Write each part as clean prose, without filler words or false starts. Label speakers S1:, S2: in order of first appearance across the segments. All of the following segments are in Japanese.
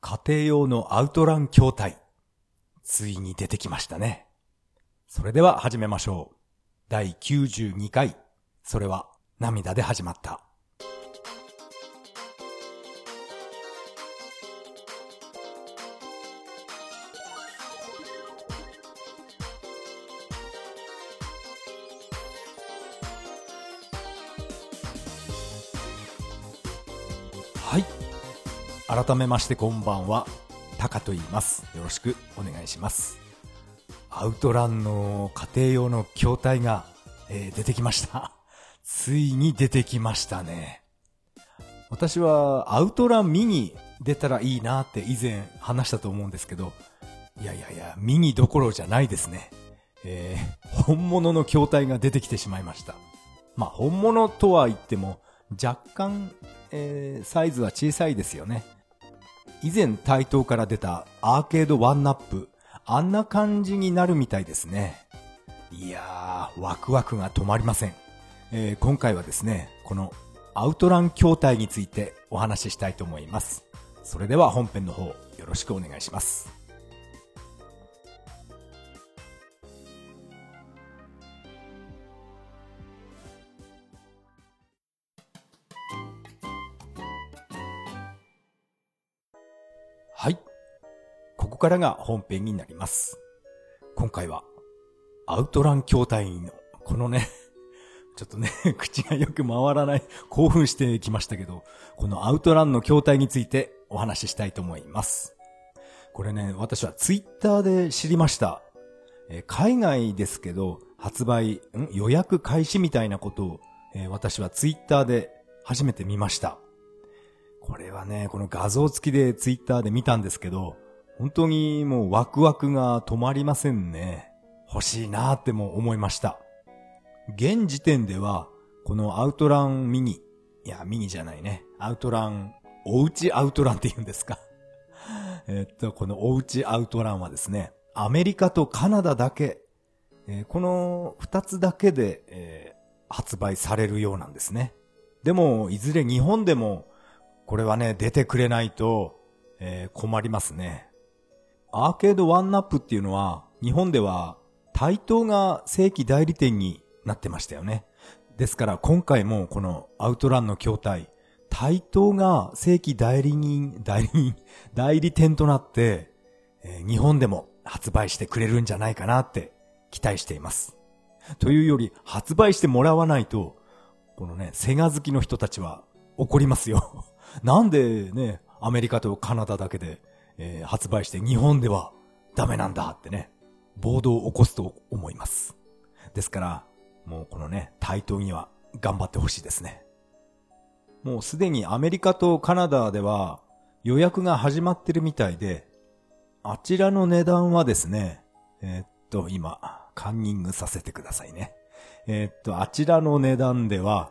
S1: 家庭用のアウトラン筐体、ついに出てきましたね。それでは始めましょう。第92回、それは涙で始まった。はい。改めましてこんばんは。タカと言います。よろしくお願いします。アウトランの家庭用の筐体が、出てきました。ついに出てきましたね。私はアウトランミニ出たらいいなって以前話したと思うんですけど、いや、ミニどころじゃないですね。本物の筐体が出てきてしまいました。まあ本物とは言っても若干、サイズは小さいですよね。以前台東から出たアーケードワンナップ、あんな感じになるみたいですね。いやー、ワクワクが止まりません。今回はですね、このアウトラン筐体についてお話ししたいと思います。それでは本編の方よろしくお願いします。はい。ここからが本編になります。今回はアウトラン筐体のこのね、ちょっとね、口がよく回らない、興奮してきましたけど、このアウトランの筐体についてお話ししたいと思います。これね、私はツイッターで知りました。海外ですけど、予約開始みたいなことを、私はツイッターで初めて見ました。これはね、この画像付きでツイッターで見たんですけど、本当にもうワクワクが止まりませんね。欲しいなーっても思いました。現時点では、このアウトランミニじゃないね。アウトラン、おうちアウトランって言うんですか。このおうちアウトランはですね、アメリカとカナダだけ、この2つだけで、発売されるようなんですね。でも、いずれ日本でも、これはね、出てくれないと、困りますね。アーケードワンナップっていうのは、日本では、台東が正規代理店になってましたよね。ですから今回もこのアウトランの筐体、台東が正規代理店となって、日本でも発売してくれるんじゃないかなって期待しています。というより発売してもらわないと、このね、セガ好きの人たちは怒りますよ。なんでね、アメリカとカナダだけで、発売して日本ではダメなんだってね、暴動を起こすと思います。ですから、もうこのね、台東には頑張ってほしいですね。もうすでにアメリカとカナダでは予約が始まってるみたいで、あちらの値段はですね、今、カンニングさせてくださいね。あちらの値段では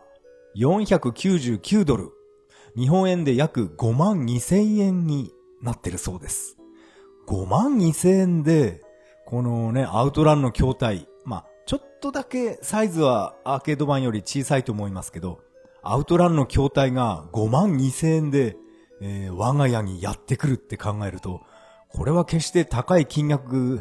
S1: 499ドル、日本円で約5万2000円になってるそうです。5万2000円で、このね、アウトランの筐体、ちょっとだけサイズはアーケード版より小さいと思いますけど、アウトランの筐体が5万2000円で、我が家にやってくるって考えると、これは決して高い金額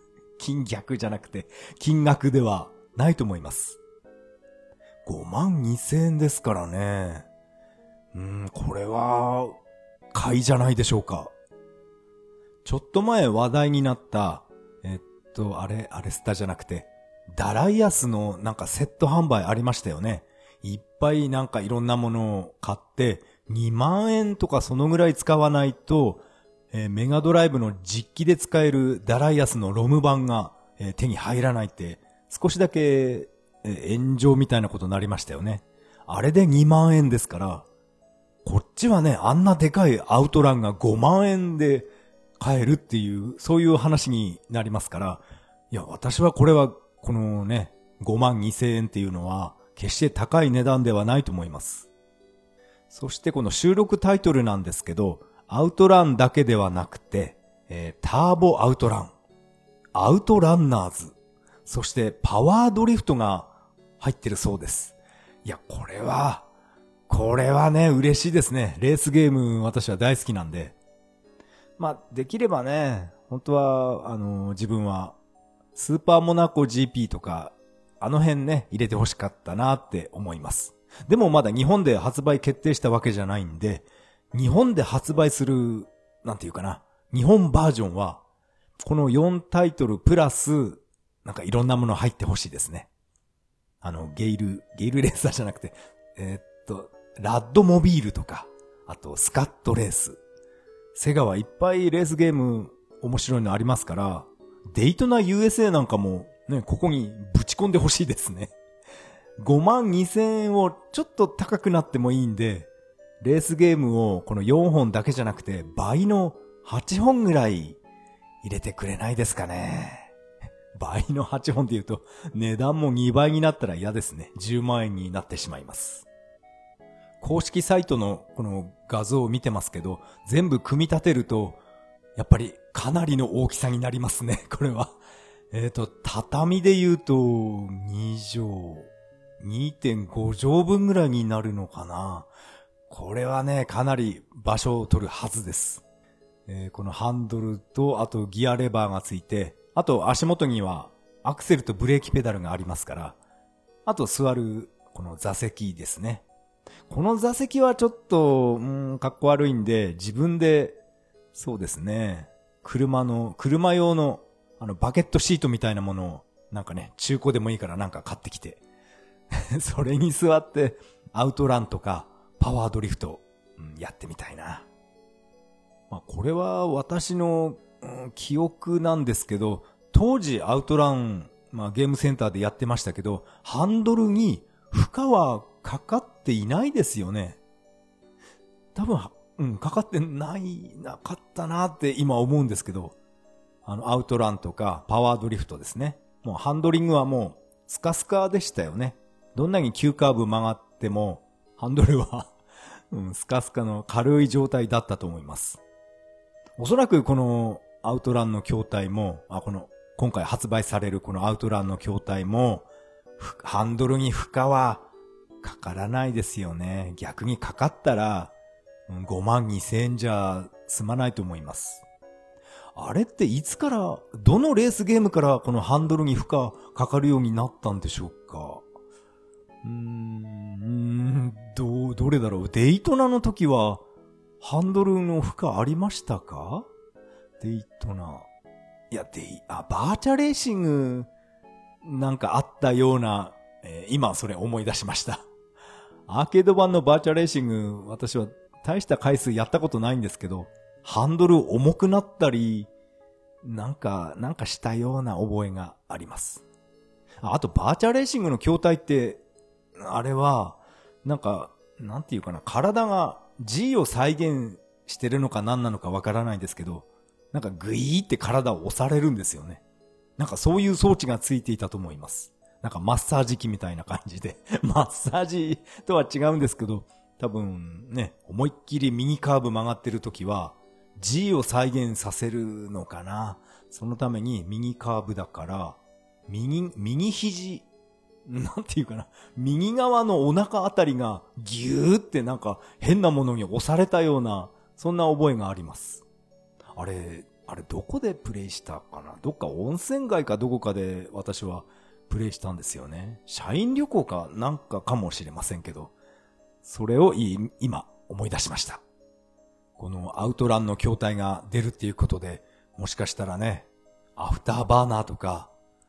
S1: ではないと思います。5万2000円ですからね。これは、買いじゃないでしょうか。ちょっと前話題になった、アレスタじゃなくて、ダライアスのなんかセット販売ありましたよね。いっぱいなんかいろんなものを買って2万円とかそのぐらい使わないと、メガドライブの実機で使えるダライアスのロム版が、手に入らないって少しだけ、炎上みたいなことになりましたよね。あれで2万円ですから、こっちはね、あんなでかいアウトランが5万円で買えるっていう、そういう話になりますから、いや、私はこれはこのね、5万2000円っていうのは決して高い値段ではないと思います。そしてこの収録タイトルなんですけど、アウトランだけではなくて、ターボアウトラン、アウトランナーズ、そしてパワードリフトが入ってるそうです。いや、これはね、嬉しいですね。レースゲーム私は大好きなんで。 できればね、本当は、自分は、スーパーモナコ GP とか、あの辺ね、入れて欲しかったなって思います。でもまだ日本で発売決定したわけじゃないんで、日本で発売する、なんていうかな、日本バージョンは、この4タイトルプラス、なんかいろんなもの入ってほしいですね。ゲイルレーサーじゃなくて、ラッドモビールとか、あとスカットレース。セガはいっぱいレースゲーム面白いのありますから、デイトナ USA なんかもね、ここにぶち込んでほしいですね。52,000円をちょっと高くなってもいいんで、レースゲームをこの4本だけじゃなくて倍の8本ぐらい入れてくれないですかね。倍の8本で言うと値段も2倍になったら嫌ですね。10万円になってしまいます。公式サイトのこの画像を見てますけど、全部組み立てるとやっぱりかなりの大きさになりますね。これは。畳で言うと2畳、2.5 畳分ぐらいになるのかな。これはね、かなり場所を取るはずです。このハンドルと、あとギアレバーがついて、あと足元にはアクセルとブレーキペダルがありますから、あと座るこの座席ですね。この座席はちょっと、かっこ悪いんで、自分で、そうですね、車用のバケットシートみたいなものを、なんかね、中古でもいいからなんか買ってきて、それに座ってアウトランとかパワードリフト、やってみたいな。これは私の、記憶なんですけど、当時アウトラン、ゲームセンターでやってましたけど、ハンドルに負荷はかかっていないですよね。多分、かかってなかったなって今思うんですけど、アウトランとかパワードリフトですね。もうハンドリングはもうスカスカでしたよね。どんなに急カーブ曲がっても、ハンドルはスカスカの軽い状態だったと思います。おそらくこのアウトランの筐体も、今回発売されるこのアウトランの筐体も、ハンドルに負荷はかからないですよね。逆にかかったら、52,000円じゃ済まないと思います。あれっていつから、どのレースゲームからこのハンドルに負荷かかるようになったんでしょうか。どれだろう。デイトナの時は、ハンドルの負荷ありましたか？デイトナ。いや、バーチャレーシング、なんかあったような、今それ思い出しました。アーケード版のバーチャレーシング、私は大した回数やったことないんですけど、ハンドル重くなったり、なんかしたような覚えがあります。あとバーチャレーシングの筐体って、あれは、なんていうかな、体が G を再現してるのか何なのかわからないんですけど、なんかグイーって体を押されるんですよね。なんかそういう装置がついていたと思います。なんかマッサージ機みたいな感じで。マッサージとは違うんですけど、多分ね、思いっきり右カーブ曲がってるときは、G を再現させるのかな。そのために右カーブだから、右肘、なんていうかな、右側のお腹あたりがギューってなんか変なものに押されたような、そんな覚えがあります。あれどこでプレイしたかな。どっか温泉街かどこかで私はプレイしたんですよね。社員旅行かなんかかもしれませんけど、それを今思い出しました。このアウトランの筐体が出るっていうことで、もしかしたらね、アフターバーナーとか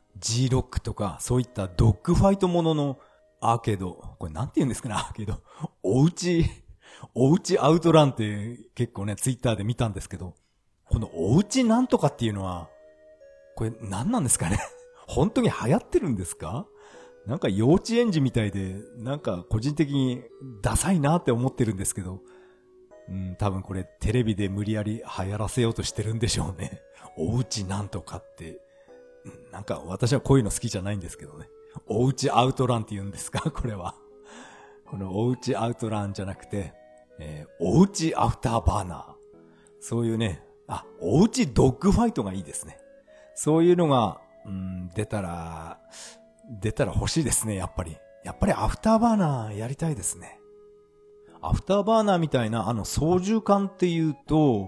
S1: G ロックとかそういったドッグファイトもののアーケード、これなんて言うんですかね、アーケード。おうちアウトランって結構ね、ツイッターで見たんですけど、このおうちなんとかっていうのは、これ何なんですかね。本当に流行ってるんですか？なんか幼稚園児みたいで、なんか個人的にダサいなって思ってるんですけど、多分これテレビで無理やり流行らせようとしてるんでしょうね。おうちなんとかって。なんか私はこういうの好きじゃないんですけどね。おうちアウトランって言うんですか？これは。このおうちアウトランじゃなくて、おうちアフターバーナー。そういうね、おうちドッグファイトがいいですね。そういうのが、出たら欲しいですね、やっぱり。やっぱりアフターバーナーやりたいですね。アフターバーナーみたいな操縦桿っていうと、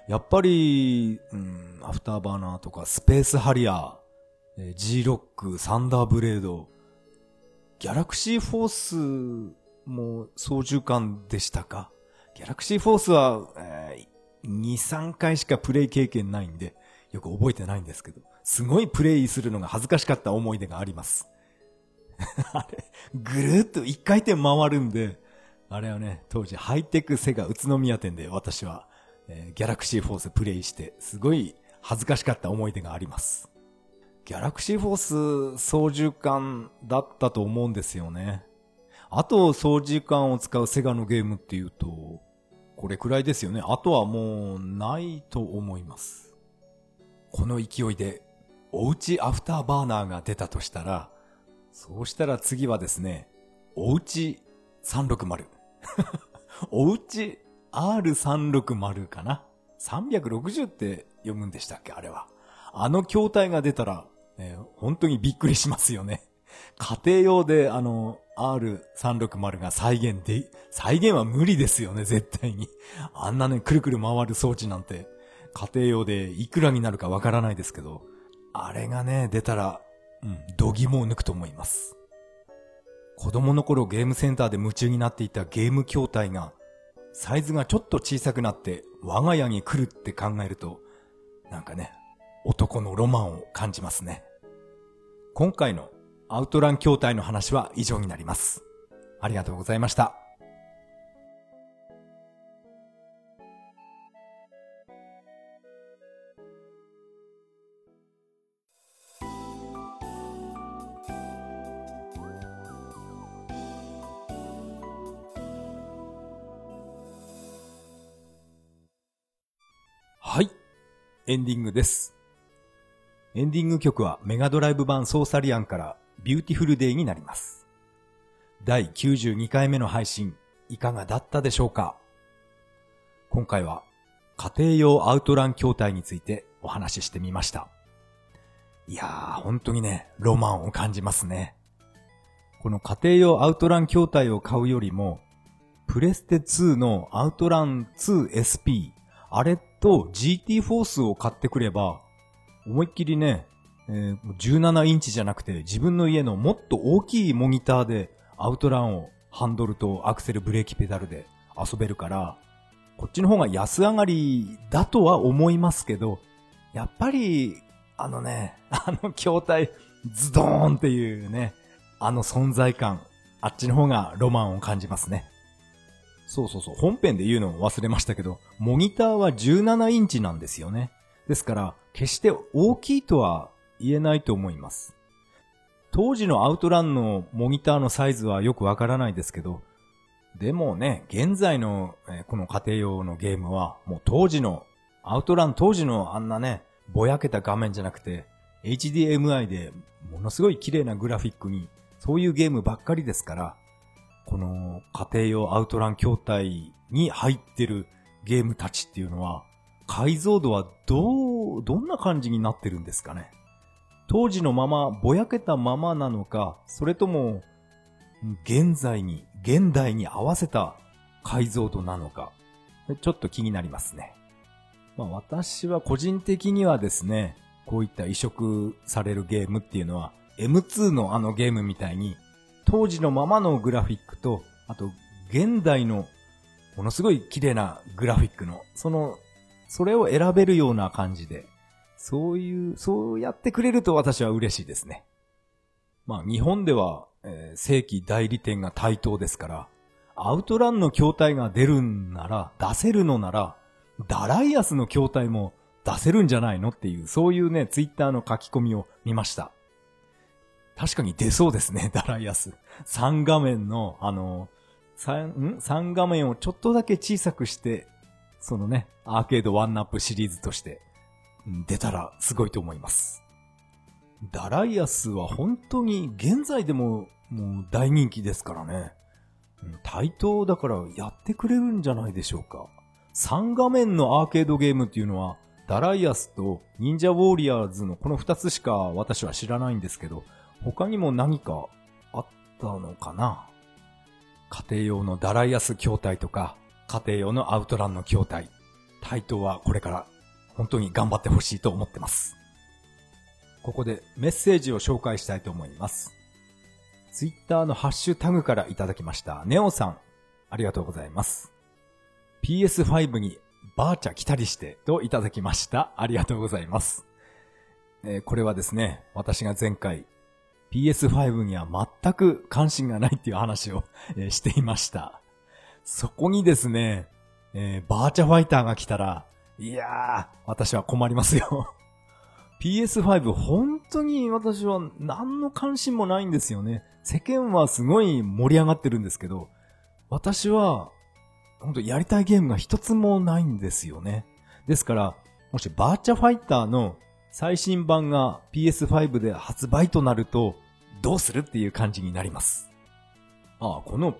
S1: やっぱり、アフターバーナーとかスペースハリアー、G ロック、サンダーブレード、ギャラクシーフォースも操縦桿でしたか？ギャラクシーフォースは、2、3回しかプレイ経験ないんで、よく覚えてないんですけど、すごいプレイするのが恥ずかしかった思い出があります。あれ、ぐるーっと1回転回るんで、あれはね、当時ハイテクセガ宇都宮店で私は、ギャラクシーフォースプレイして、すごい恥ずかしかった思い出があります。ギャラクシーフォース操縦桿だったと思うんですよね。あと操縦桿を使うセガのゲームっていうと、これくらいですよね。あとはもうないと思います。この勢いで、おうちアフターバーナーが出たとしたら、そうしたら次はですね、おうち360。おうち R360 かな。360って読むんでしたっけあれは。あの筐体が出たら、本当にびっくりしますよね。家庭用でR360 が再現は無理ですよね、絶対に。あんなね、くるくる回る装置なんて、家庭用でいくらになるかわからないですけど、あれがね、出たら、度肝を抜くと思います。子供の頃ゲームセンターで夢中になっていたゲーム筐体が、サイズがちょっと小さくなって我が家に来るって考えると、なんかね、男のロマンを感じますね。今回のアウトラン筐体の話は以上になります。ありがとうございました。はい、エンディングです。エンディング曲はメガドライブ版ソーサリアンからビューティフルデイになります。第92回目の配信、いかがだったでしょうか？今回は家庭用アウトラン筐体についてお話ししてみました。いやー、本当にね、ロマンを感じますね。この家庭用アウトラン筐体を買うよりも、プレステ2のアウトラン 2SP、あれと GT フォースを買ってくれば、思いっきりね、17インチじゃなくて自分の家のもっと大きいモニターでアウトランをハンドルとアクセルブレーキペダルで遊べるから、こっちの方が安上がりだとは思いますけど、やっぱり、筐体ズドーンっていうね、存在感、あっちの方がロマンを感じますね。そう、本編で言うのを忘れましたけど、モニターは17インチなんですよね。ですから、決して大きいとは言えないと思います。当時のアウトランのモニターのサイズはよくわからないですけど、でもね、現在のこの家庭用のゲームは、もうアウトラン当時のあんなね、ぼやけた画面じゃなくて、HDMI でものすごい綺麗なグラフィックに、そういうゲームばっかりですから、この家庭用アウトラン筐体に入ってるゲームたちっていうのは、解像度はどんな感じになってるんですかね。当時のまま、ぼやけたままなのか、それとも、現代に合わせた解像度なのか、ちょっと気になりますね。私は個人的にはですね、こういった移植されるゲームっていうのは、M2 のあのゲームみたいに、当時のままのグラフィックと、あと、現代のものすごい綺麗なグラフィックの、それを選べるような感じで、そうやってくれると私は嬉しいですね。日本では、正規代理店が台頭ですから、アウトランの筐体が出せるのなら、ダライアスの筐体も出せるんじゃないのっていう、そういうね、ツイッターの書き込みを見ました。確かに出そうですね、ダライアス。3画面の、3画面をちょっとだけ小さくして、そのね、アーケードワンナップシリーズとして、出たらすごいと思います。ダライアスは本当に現在でももう大人気ですからね。対等だからやってくれるんじゃないでしょうか。3画面のアーケードゲームっていうのは、ダライアスと忍者ウォーリアーズのこの2つしか私は知らないんですけど、他にも何かあったのかな。家庭用のダライアス筐体とか、家庭用のアウトランの筐体。 台頭はこれから本当に頑張ってほしいと思ってます。ここでメッセージを紹介したいと思います。ツイッターのハッシュタグからいただきましたネオさん、ありがとうございます。PS5 にバーチャ来たりしてといただきました。ありがとうございます。これはですね、私が前回 PS5 には全く関心がないっていう話を、していました。そこにですね、バーチャファイターが来たら、いやー、私は困りますよ。PS5 本当に私は何の関心もないんですよね。世間はすごい盛り上がってるんですけど、私は本当やりたいゲームが一つもないんですよね。ですから、もしバーチャファイターの最新版が PS5 で発売となると、どうするっていう感じになります。この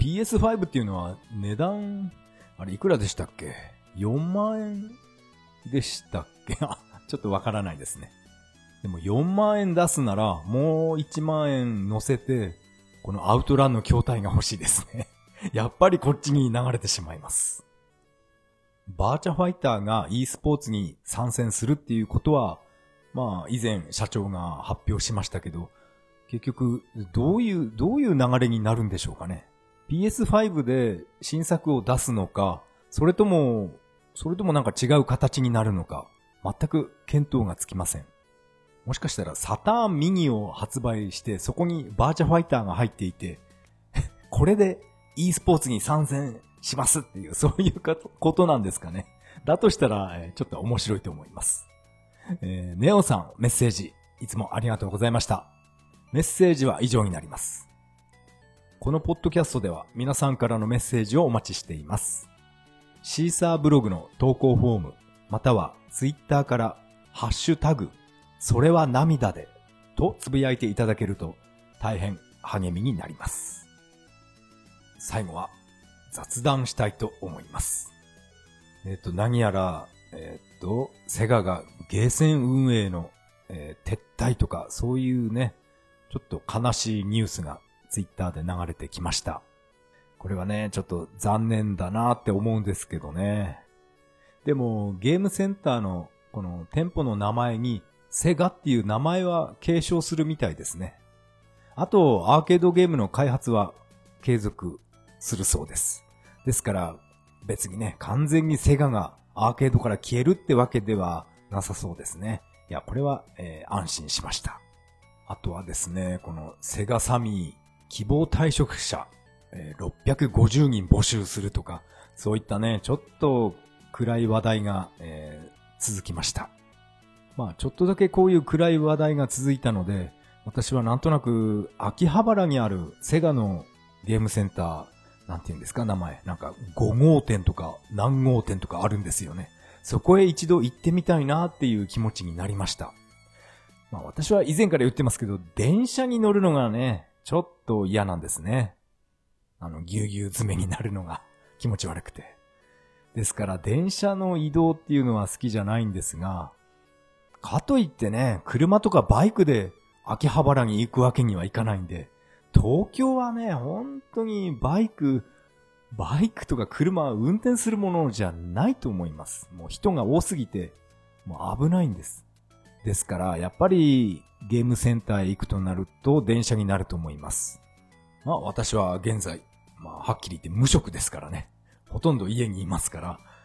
S1: PS5 っていうのは値段、あれいくらでしたっけ ?4 万円でしたっけちょっとわからないですね。でも4万円出すならもう1万円乗せて、このアウトランの筐体が欲しいですね。やっぱりこっちに流れてしまいます。バーチャファイターが e スポーツに参戦するっていうことは、以前社長が発表しましたけど、結局どういう流れになるんでしょうかね。PS5 で新作を出すのか、それともなんか違う形になるのか、全く見当がつきません。もしかしたらサターンミニを発売して、そこにバーチャファイターが入っていて、これで e スポーツに参戦しますっていう、そういうことなんですかね。だとしたら、ちょっと面白いと思います。ネオさん、メッセージ、いつもありがとうございました。メッセージは以上になります。このポッドキャストでは皆さんからのメッセージをお待ちしています。シーサーブログの投稿フォーム、またはツイッターからハッシュタグ、それは涙でとつぶやいていただけると大変励みになります。最後は雑談したいと思います。何やら、セガがゲーセン運営の、撤退とかそういうね、ちょっと悲しいニュースがツイッターで流れてきました。これはね、ちょっと残念だなって思うんですけどね。でもゲームセンターのこの店舗の名前にセガっていう名前は継承するみたいですね。あとアーケードゲームの開発は継続するそうです。ですから別にね、完全にセガがアーケードから消えるってわけではなさそうですね。いや、これは、安心しました。あとはですね、このセガサミー希望退職者、650人募集するとか、そういったね、ちょっと暗い話題が、続きました。ちょっとだけこういう暗い話題が続いたので、私はなんとなく秋葉原にあるセガのゲームセンター、なんて言うんですか、名前。なんか5号店とか何号店とかあるんですよね。そこへ一度行ってみたいなっていう気持ちになりました。私は以前から言ってますけど、電車に乗るのがね、ちょっと嫌なんですね。ぎゅうぎゅう詰めになるのが気持ち悪くて。ですから電車の移動っていうのは好きじゃないんですが、かといってね、車とかバイクで秋葉原に行くわけにはいかないんで、東京はね、本当にバイクとか車は運転するものじゃないと思います。もう人が多すぎて、もう危ないんです。ですから、やっぱりゲームセンターへ行くとなると電車になると思います。私は現在、はっきり言って無職ですからね。ほとんど家にいますから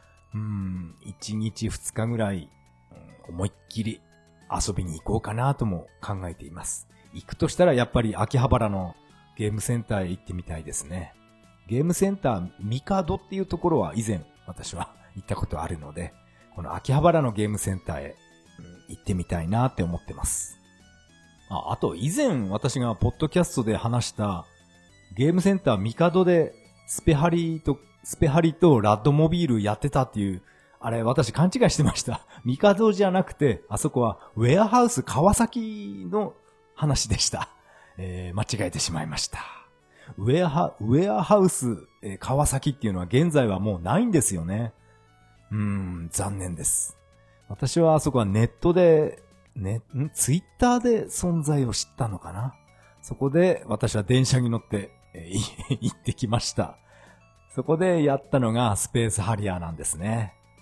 S1: 、1日2日ぐらい、思いっきり遊びに行こうかなとも考えています。行くとしたらやっぱり秋葉原のゲームセンターへ行ってみたいですね。ゲームセンターミカドっていうところは以前私は行ったことあるので、この秋葉原のゲームセンターへ行ってみたいなって思ってます。あと以前私がポッドキャストで話したゲームセンターミカドでスペハリとラッドモビールやってたっていう、あれ私勘違いしてました。ミカドじゃなくて、あそこはウェアハウス川崎の話でした。間違えてしまいました。ウェアハウス、川崎っていうのは現在はもうないんですよね。残念です。私はあそこはネットで、ツイッターで存在を知ったのかな。そこで私は電車に乗って、行ってきました。そこでやったのがスペースハリアーなんですね。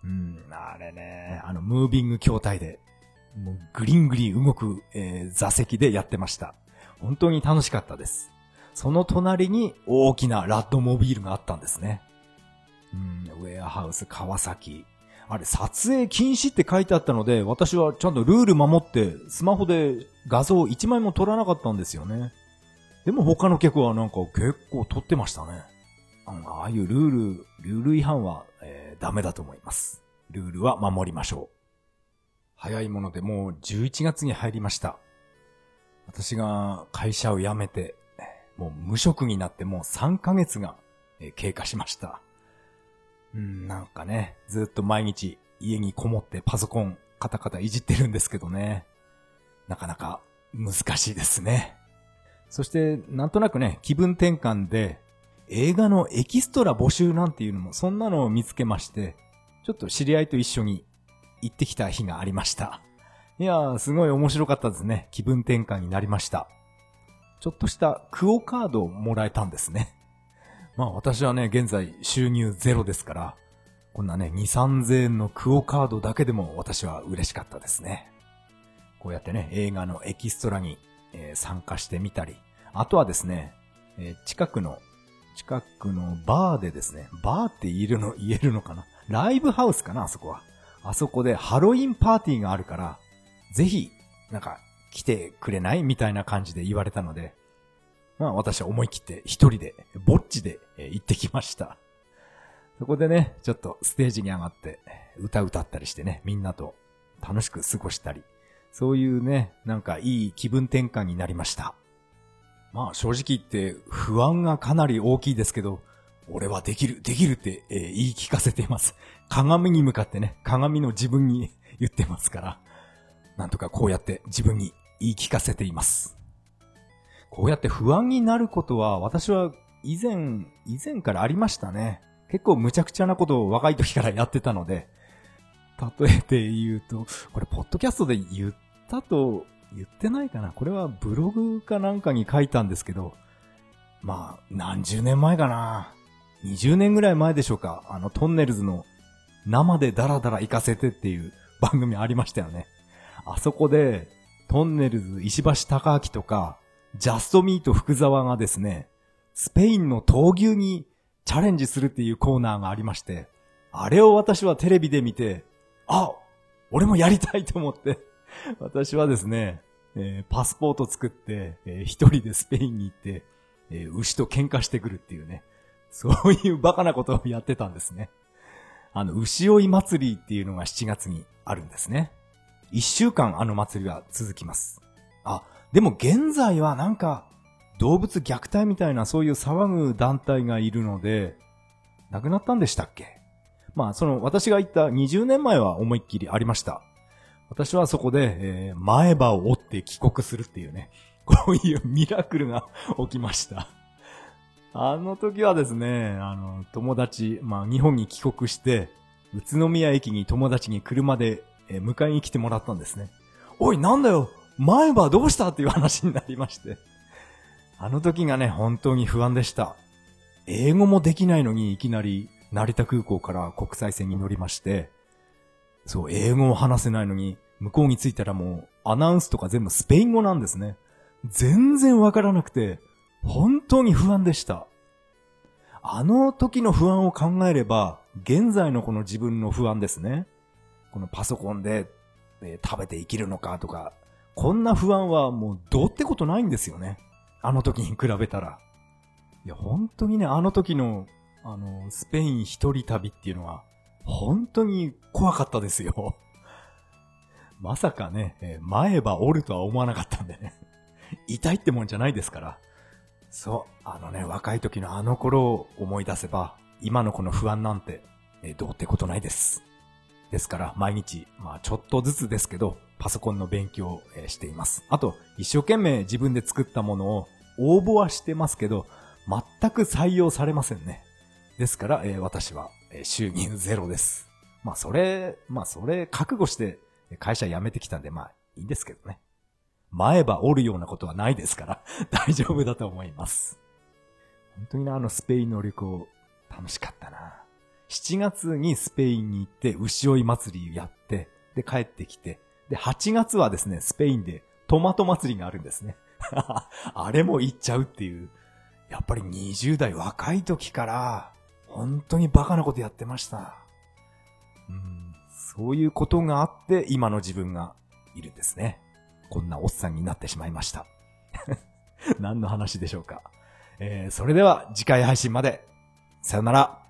S1: あれね、ムービング筐体で、もうグリングリン動く、座席でやってました。本当に楽しかったです。その隣に大きなラッドモビールがあったんですね。ウェアハウス川崎。あれ、撮影禁止って書いてあったので、私はちゃんとルール守って、スマホで画像1枚も撮らなかったんですよね。でも他の客はなんか結構撮ってましたね。ああいうルール違反は、ダメだと思います。ルールは守りましょう。早いものでもう11月に入りました。私が会社を辞めて、もう無職になってもう3ヶ月が経過しました。なんかね、ずっと毎日家にこもってパソコンカタカタいじってるんですけどね。なかなか難しいですね。そしてなんとなくね、気分転換で映画のエキストラ募集なんていうのもそんなのを見つけまして、ちょっと知り合いと一緒に行ってきた日がありました。いやー、すごい面白かったですね。気分転換になりました。ちょっとしたクオカードをもらえたんですね。まあ私はね、現在収入ゼロですから、こんなね、2、3000円のクオカードだけでも私は嬉しかったですね。こうやってね、映画のエキストラに、参加してみたり、あとはですね、近くのバーでですね、バーって言えるのかな？ライブハウスかな、あそこは。あそこでハロウィンパーティーがあるから、ぜひ、なんか、来てくれないみたいな感じで言われたので、まあ私は思い切って一人で、ぼっちで行ってきました。そこでね、ちょっとステージに上がって歌ったりしてね、みんなと楽しく過ごしたり、そういうね、なんかいい気分転換になりました。まあ正直言って不安がかなり大きいですけど、俺はできるって、言い聞かせています。鏡に向かってね、鏡の自分に言ってますから、なんとかこうやって自分に言い聞かせています。こうやって不安になることは私は以前からありましたね。結構無茶苦茶なことを若い時からやってたので、例えて言うと、これポッドキャストで言ってないかな。これはブログかなんかに書いたんですけど、まあ何十年前かな。20年ぐらい前でしょうか。トンネルズの生でダラダラ行かせてっていう番組ありましたよね。あそこでトンネルズ石橋貴明とかジャストミート福沢がですね、スペインの闘牛にチャレンジするっていうコーナーがありまして、あれを私はテレビで見て、俺もやりたいと思って、私はですね、パスポート作って、一人でスペインに行って、牛と喧嘩してくるっていうね、そういうバカなことをやってたんですね。牛追い祭りっていうのが7月にあるんですね。1週間祭りが続きます。でも現在はなんか動物虐待みたいなそういう騒ぐ団体がいるので、亡くなったんでしたっけ？まあ私が言った20年前は思いっきりありました。私はそこで、前歯を折って帰国するっていうね、こういうミラクルが起きました。あの時はですね、友達、日本に帰国して、宇都宮駅に友達に車で、迎えに来てもらったんですね。おい、なんだよ、前歯どうしたっていう話になりまして。あの時がね、本当に不安でした。英語もできないのにいきなり成田空港から国際線に乗りまして、そう、英語を話せないのに、向こうに着いたらもうアナウンスとか全部スペイン語なんですね。全然わからなくて、本当に不安でした。あの時の不安を考えれば、現在のこの自分の不安ですね。このパソコンで、食べて生きるのかとか、こんな不安はもうどうってことないんですよね。あの時に比べたら。いや、本当にね、あの時の、スペイン一人旅っていうのは、本当に怖かったですよ。まさかね、前歯折るとは思わなかったんでね。痛いってもんじゃないですから。そう、若い時のあの頃を思い出せば、今のこの不安なんて、どうってことないです。ですから、毎日、ちょっとずつですけど、パソコンの勉強をしています。あと、一生懸命自分で作ったものを応募はしてますけど、全く採用されませんね。ですから、私は、収入ゼロです。それ覚悟して会社辞めてきたんで、いいんですけどね。前歯折るようなことはないですから大丈夫だと思います。本当にスペインの旅行楽しかったな。 7月にスペインに行って牛追い祭りやって、で帰ってきて、で8月はですね、スペインでトマト祭りがあるんですね。あれも行っちゃうっていう。やっぱり20代若い時から、本当にバカなことやってました。そういうことがあって、今の自分がいるんですね。こんなおっさんになってしまいました。何の話でしょうか。それでは次回配信まで。さよなら。